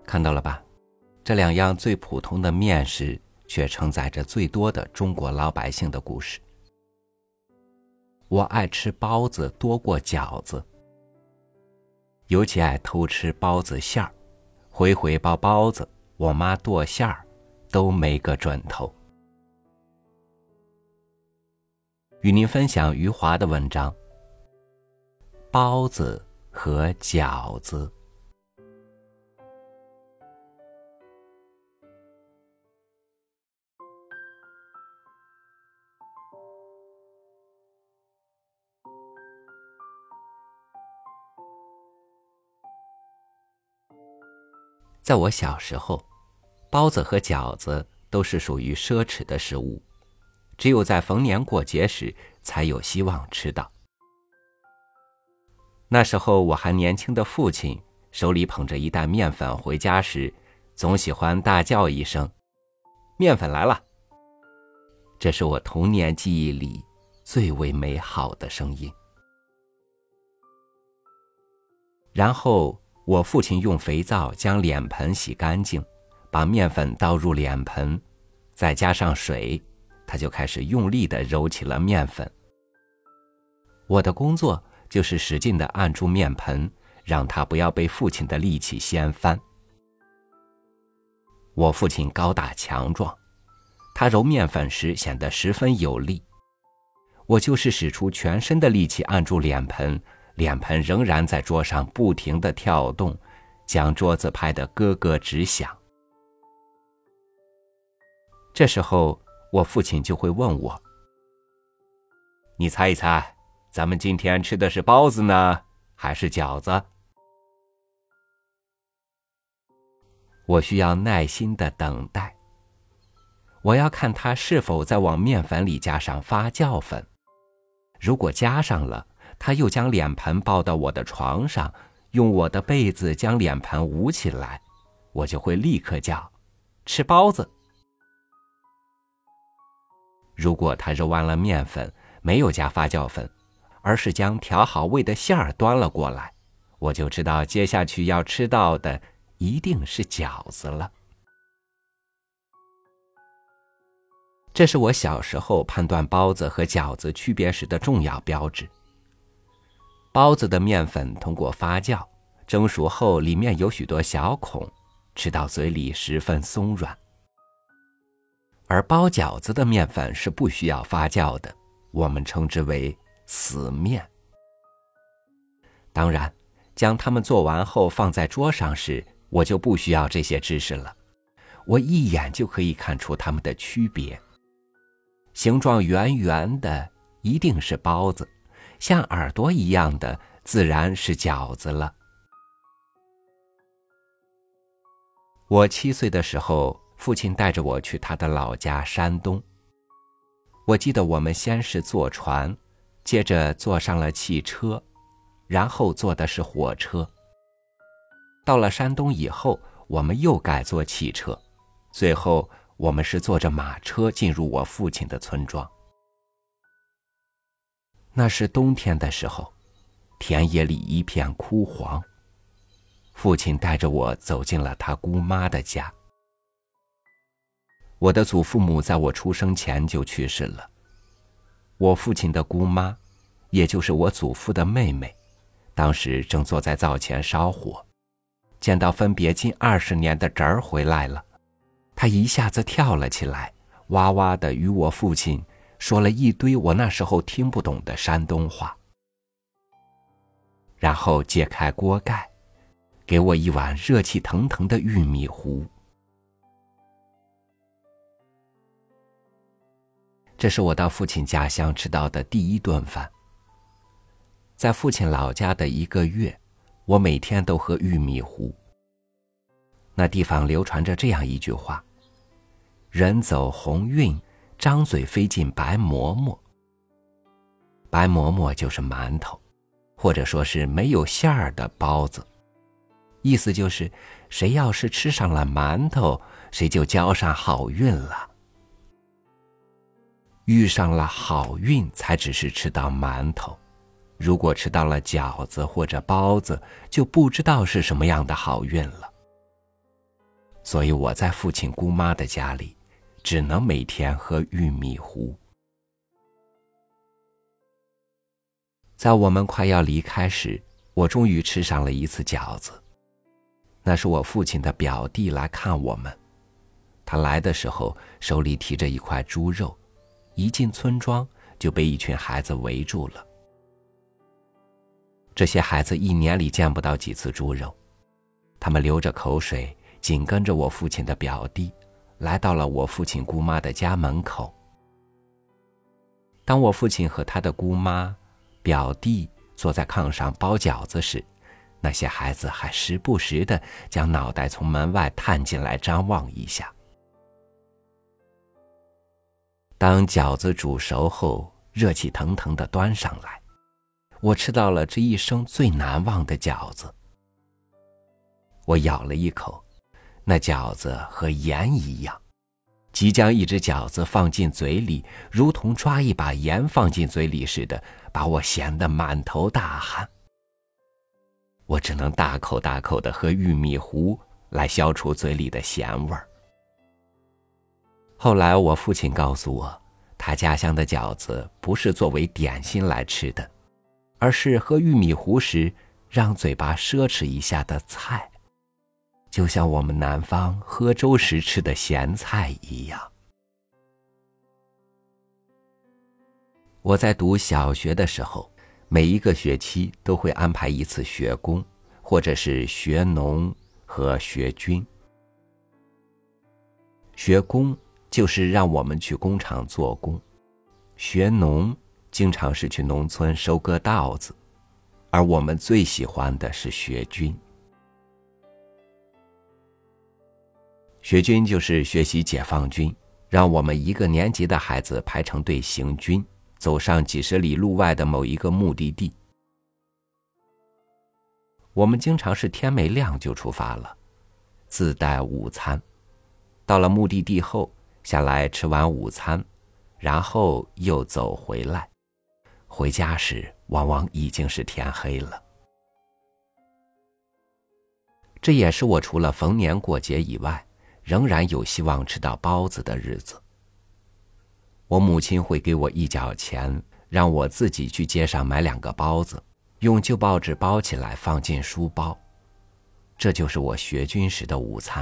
看到了吧，这两样最普通的面食却承载着最多的中国老百姓的故事。我爱吃包子多过饺子，尤其爱偷吃包子馅儿，回回包包子，我妈剁馅儿都没个准头。与您分享余华的文章《包子和饺子》。在我小时候，包子和饺子都是属于奢侈的食物，只有在逢年过节时才有希望吃到。那时候我还年轻的父亲手里捧着一袋面粉回家时，总喜欢大叫一声：“面粉来了！”这是我童年记忆里最为美好的声音。然后我父亲用肥皂将脸盆洗干净，把面粉倒入脸盆，再加上水，他就开始用力地揉起了面粉。我的工作就是使劲地按住面盆，让它不要被父亲的力气掀翻。我父亲高大强壮，他揉面粉时显得十分有力。我就是使出全身的力气按住脸盆，脸盆仍然在桌上不停地跳动，将桌子拍得咯咯直响。这时候我父亲就会问我：“你猜一猜，咱们今天吃的是包子呢，还是饺子？”我需要耐心地等待，我要看他是否在往面粉里加上发酵粉。如果加上了，他又将脸盆抱到我的床上，用我的被子将脸盆捂起来，我就会立刻叫：“吃包子！”如果他揉完了面粉，没有加发酵粉，而是将调好味的馅儿端了过来，我就知道接下去要吃到的一定是饺子了。这是我小时候判断包子和饺子区别时的重要标志。包子的面粉通过发酵，蒸熟后里面有许多小孔，吃到嘴里十分松软。而包饺子的面粉是不需要发酵的，我们称之为死面。当然，将它们做完后放在桌上时，我就不需要这些知识了，我一眼就可以看出它们的区别。形状圆圆的一定是包子，像耳朵一样的自然是饺子了。我7岁的时候，父亲带着我去他的老家山东。我记得我们先是坐船，接着坐上了汽车，然后坐的是火车。到了山东以后，我们又改坐汽车，最后我们是坐着马车进入我父亲的村庄。那是冬天的时候，田野里一片枯黄。父亲带着我走进了他姑妈的家。我的祖父母在我出生前就去世了。我父亲的姑妈，也就是我祖父的妹妹，当时正坐在灶前烧火，见到分别近20年的侄儿回来了，她一下子跳了起来，哇哇地与我父亲说了一堆我那时候听不懂的山东话，然后揭开锅盖，给我一碗热气腾腾的玉米糊。这是我到父亲家乡吃到的第1顿饭。在父亲老家的1个月，我每天都喝玉米糊。那地方流传着这样一句话：人走红运，张嘴飞进白馍馍。白馍馍就是馒头，或者说是没有馅儿的包子。意思就是谁要是吃上了馒头，谁就交上好运了。遇上了好运才只是吃到馒头，如果吃到了饺子或者包子，就不知道是什么样的好运了。 所以我在父亲姑妈的家里，只能每天喝玉米糊。在我们快要离开时，我终于吃上了一次饺子。那是我父亲的表弟来看我们，他来的时候手里提着一块猪肉，一进村庄就被一群孩子围住了。这些孩子一年里见不到几次猪肉，他们流着口水，紧跟着我父亲的表弟，来到了我父亲姑妈的家门口。当我父亲和他的姑妈、表弟坐在炕上包饺子时，那些孩子还时不时地将脑袋从门外探进来张望一下。当饺子煮熟后，热气腾腾地端上来，我吃到了这一生最难忘的饺子。我咬了一口，那饺子和盐一样，即将一只饺子放进嘴里，如同抓一把盐放进嘴里似的，把我咸得满头大汗。我只能大口大口地喝玉米糊来消除嘴里的咸味儿。后来我父亲告诉我，他家乡的饺子不是作为点心来吃的，而是喝玉米糊时让嘴巴奢侈一下的菜，就像我们南方喝粥时吃的咸菜一样。我在读小学的时候，每一个学期都会安排一次学工，或者是学农和学军。学工就是让我们去工厂做工，学农经常是去农村收割稻子，而我们最喜欢的是学军。学军就是学习解放军，让我们一个年级的孩子排成队行军，走上几十里路外的某一个目的地。我们经常是天没亮就出发了，自带午餐。到了目的地后，下来吃完午餐，然后又走回来。回家时往往已经是天黑了。这也是我除了逢年过节以外，仍然有希望吃到包子的日子。我母亲会给我1角钱，让我自己去街上买2个包子，用旧报纸包起来放进书包。这就是我学军时的午餐。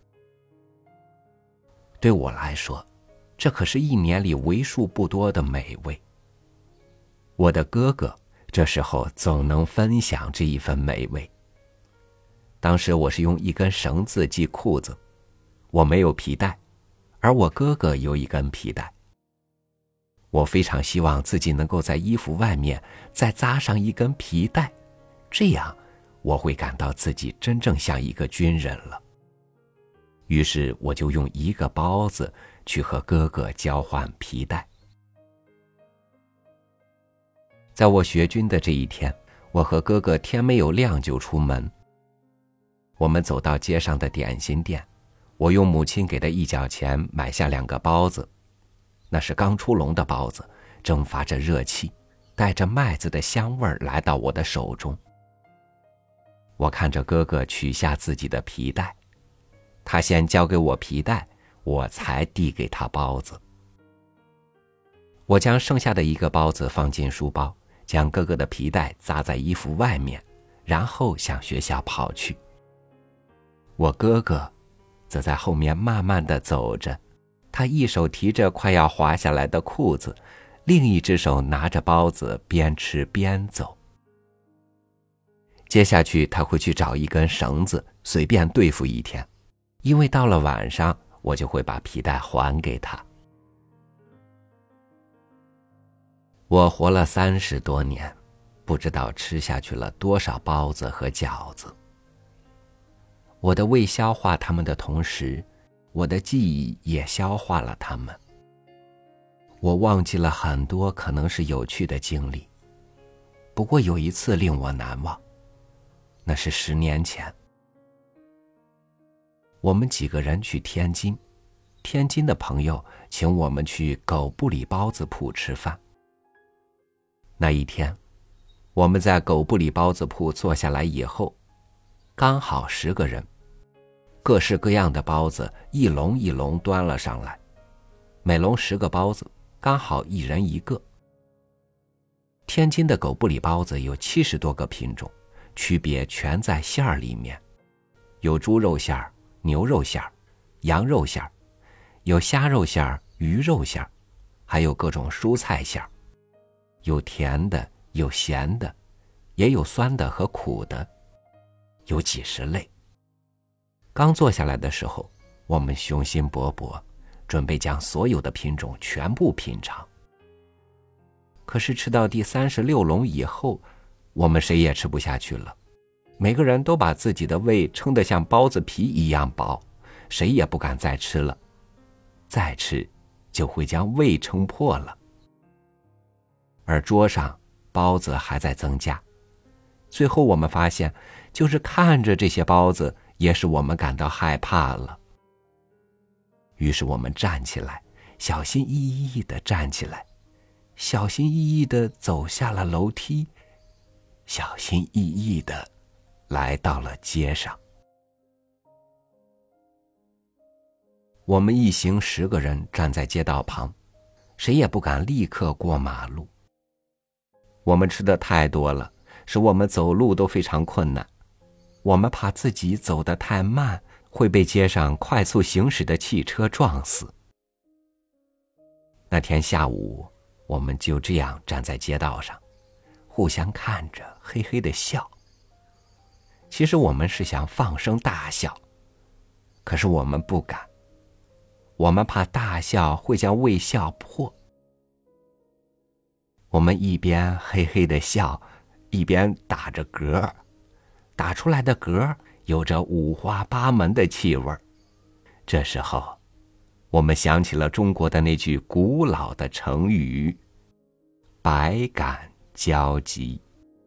对我来说，这可是1年里为数不多的美味。我的哥哥这时候总能分享这一份美味。当时我是用1根绳子系裤子，我没有皮带，而我哥哥有1根皮带。我非常希望自己能够在衣服外面再扎上1根皮带，这样我会感到自己真正像一个军人了。于是我就用1个包子去和哥哥交换皮带。在我学军的这一天，我和哥哥天没有亮就出门。我们走到街上的点心店，我用母亲给的1角钱买下2个包子。那是刚出笼的包子，正发着热气，带着麦子的香味来到我的手中。我看着哥哥取下自己的皮带，他先交给我皮带，我才递给他包子。我将剩下的1个包子放进书包，将哥哥的皮带扎在衣服外面，然后向学校跑去。我哥哥则在后面慢慢地走着，他一手提着快要滑下来的裤子，另一只手拿着包子，边吃边走。接下去他会去找1根绳子，随便对付1天，因为到了晚上，我就会把皮带还给他。我活了30多年，不知道吃下去了多少包子和饺子。我的胃消化它们的同时，我的记忆也消化了它们。我忘记了很多可能是有趣的经历，不过有一次令我难忘，那是10年前。我们几个人去天津，天津的朋友请我们去狗不理包子铺吃饭。那一天，我们在狗不理包子铺坐下来以后，刚好10个人。 各式各样的包子一笼一笼端了上来，每笼10个包子，刚好一人一个。天津的狗不理包子有70多个品种，区别全在馅儿里面，有猪肉馅儿、牛肉馅儿、羊肉馅儿，有虾肉馅儿、鱼肉馅儿，还有各种蔬菜馅儿，有甜的，有咸的，也有酸的和苦的，有几十类。刚坐下来的时候，我们雄心勃勃，准备将所有的品种全部品尝。可是吃到第36笼以后，我们谁也吃不下去了，每个人都把自己的胃撑得像包子皮一样薄，谁也不敢再吃了，再吃就会将胃撑破了。而桌上包子还在增加，最后我们发现，就是看着这些包子也使我们感到害怕了。于是我们站起来，小心翼翼地站起来，小心翼翼地走下了楼梯，小心翼翼地来到了街上。我们一行10个人站在街道旁，谁也不敢立刻过马路。我们吃的太多了，使我们走路都非常困难。我们怕自己走得太慢，会被街上快速行驶的汽车撞死。那天下午，我们就这样站在街道上，互相看着，嘿嘿地笑。其实我们是想放声大笑，可是我们不敢，我们怕大笑会将胃笑破。我们一边嘿嘿地笑，一边打着嗝，打出来的嗝有着五花八门的气味。这时候，我们想起了中国的那句古老的成语“百感交集”。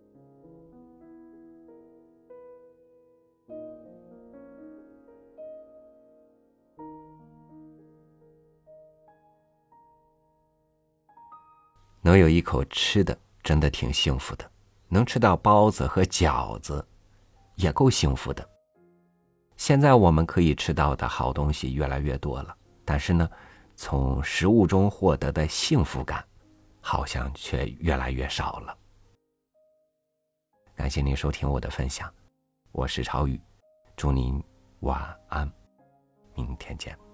能有一口吃的，真的挺幸福的。能吃到包子和饺子，也够幸福的。现在我们可以吃到的好东西越来越多了，但是呢，从食物中获得的幸福感，好像却越来越少了。感谢您收听我的分享，我是朝雨，祝您晚安，明天见。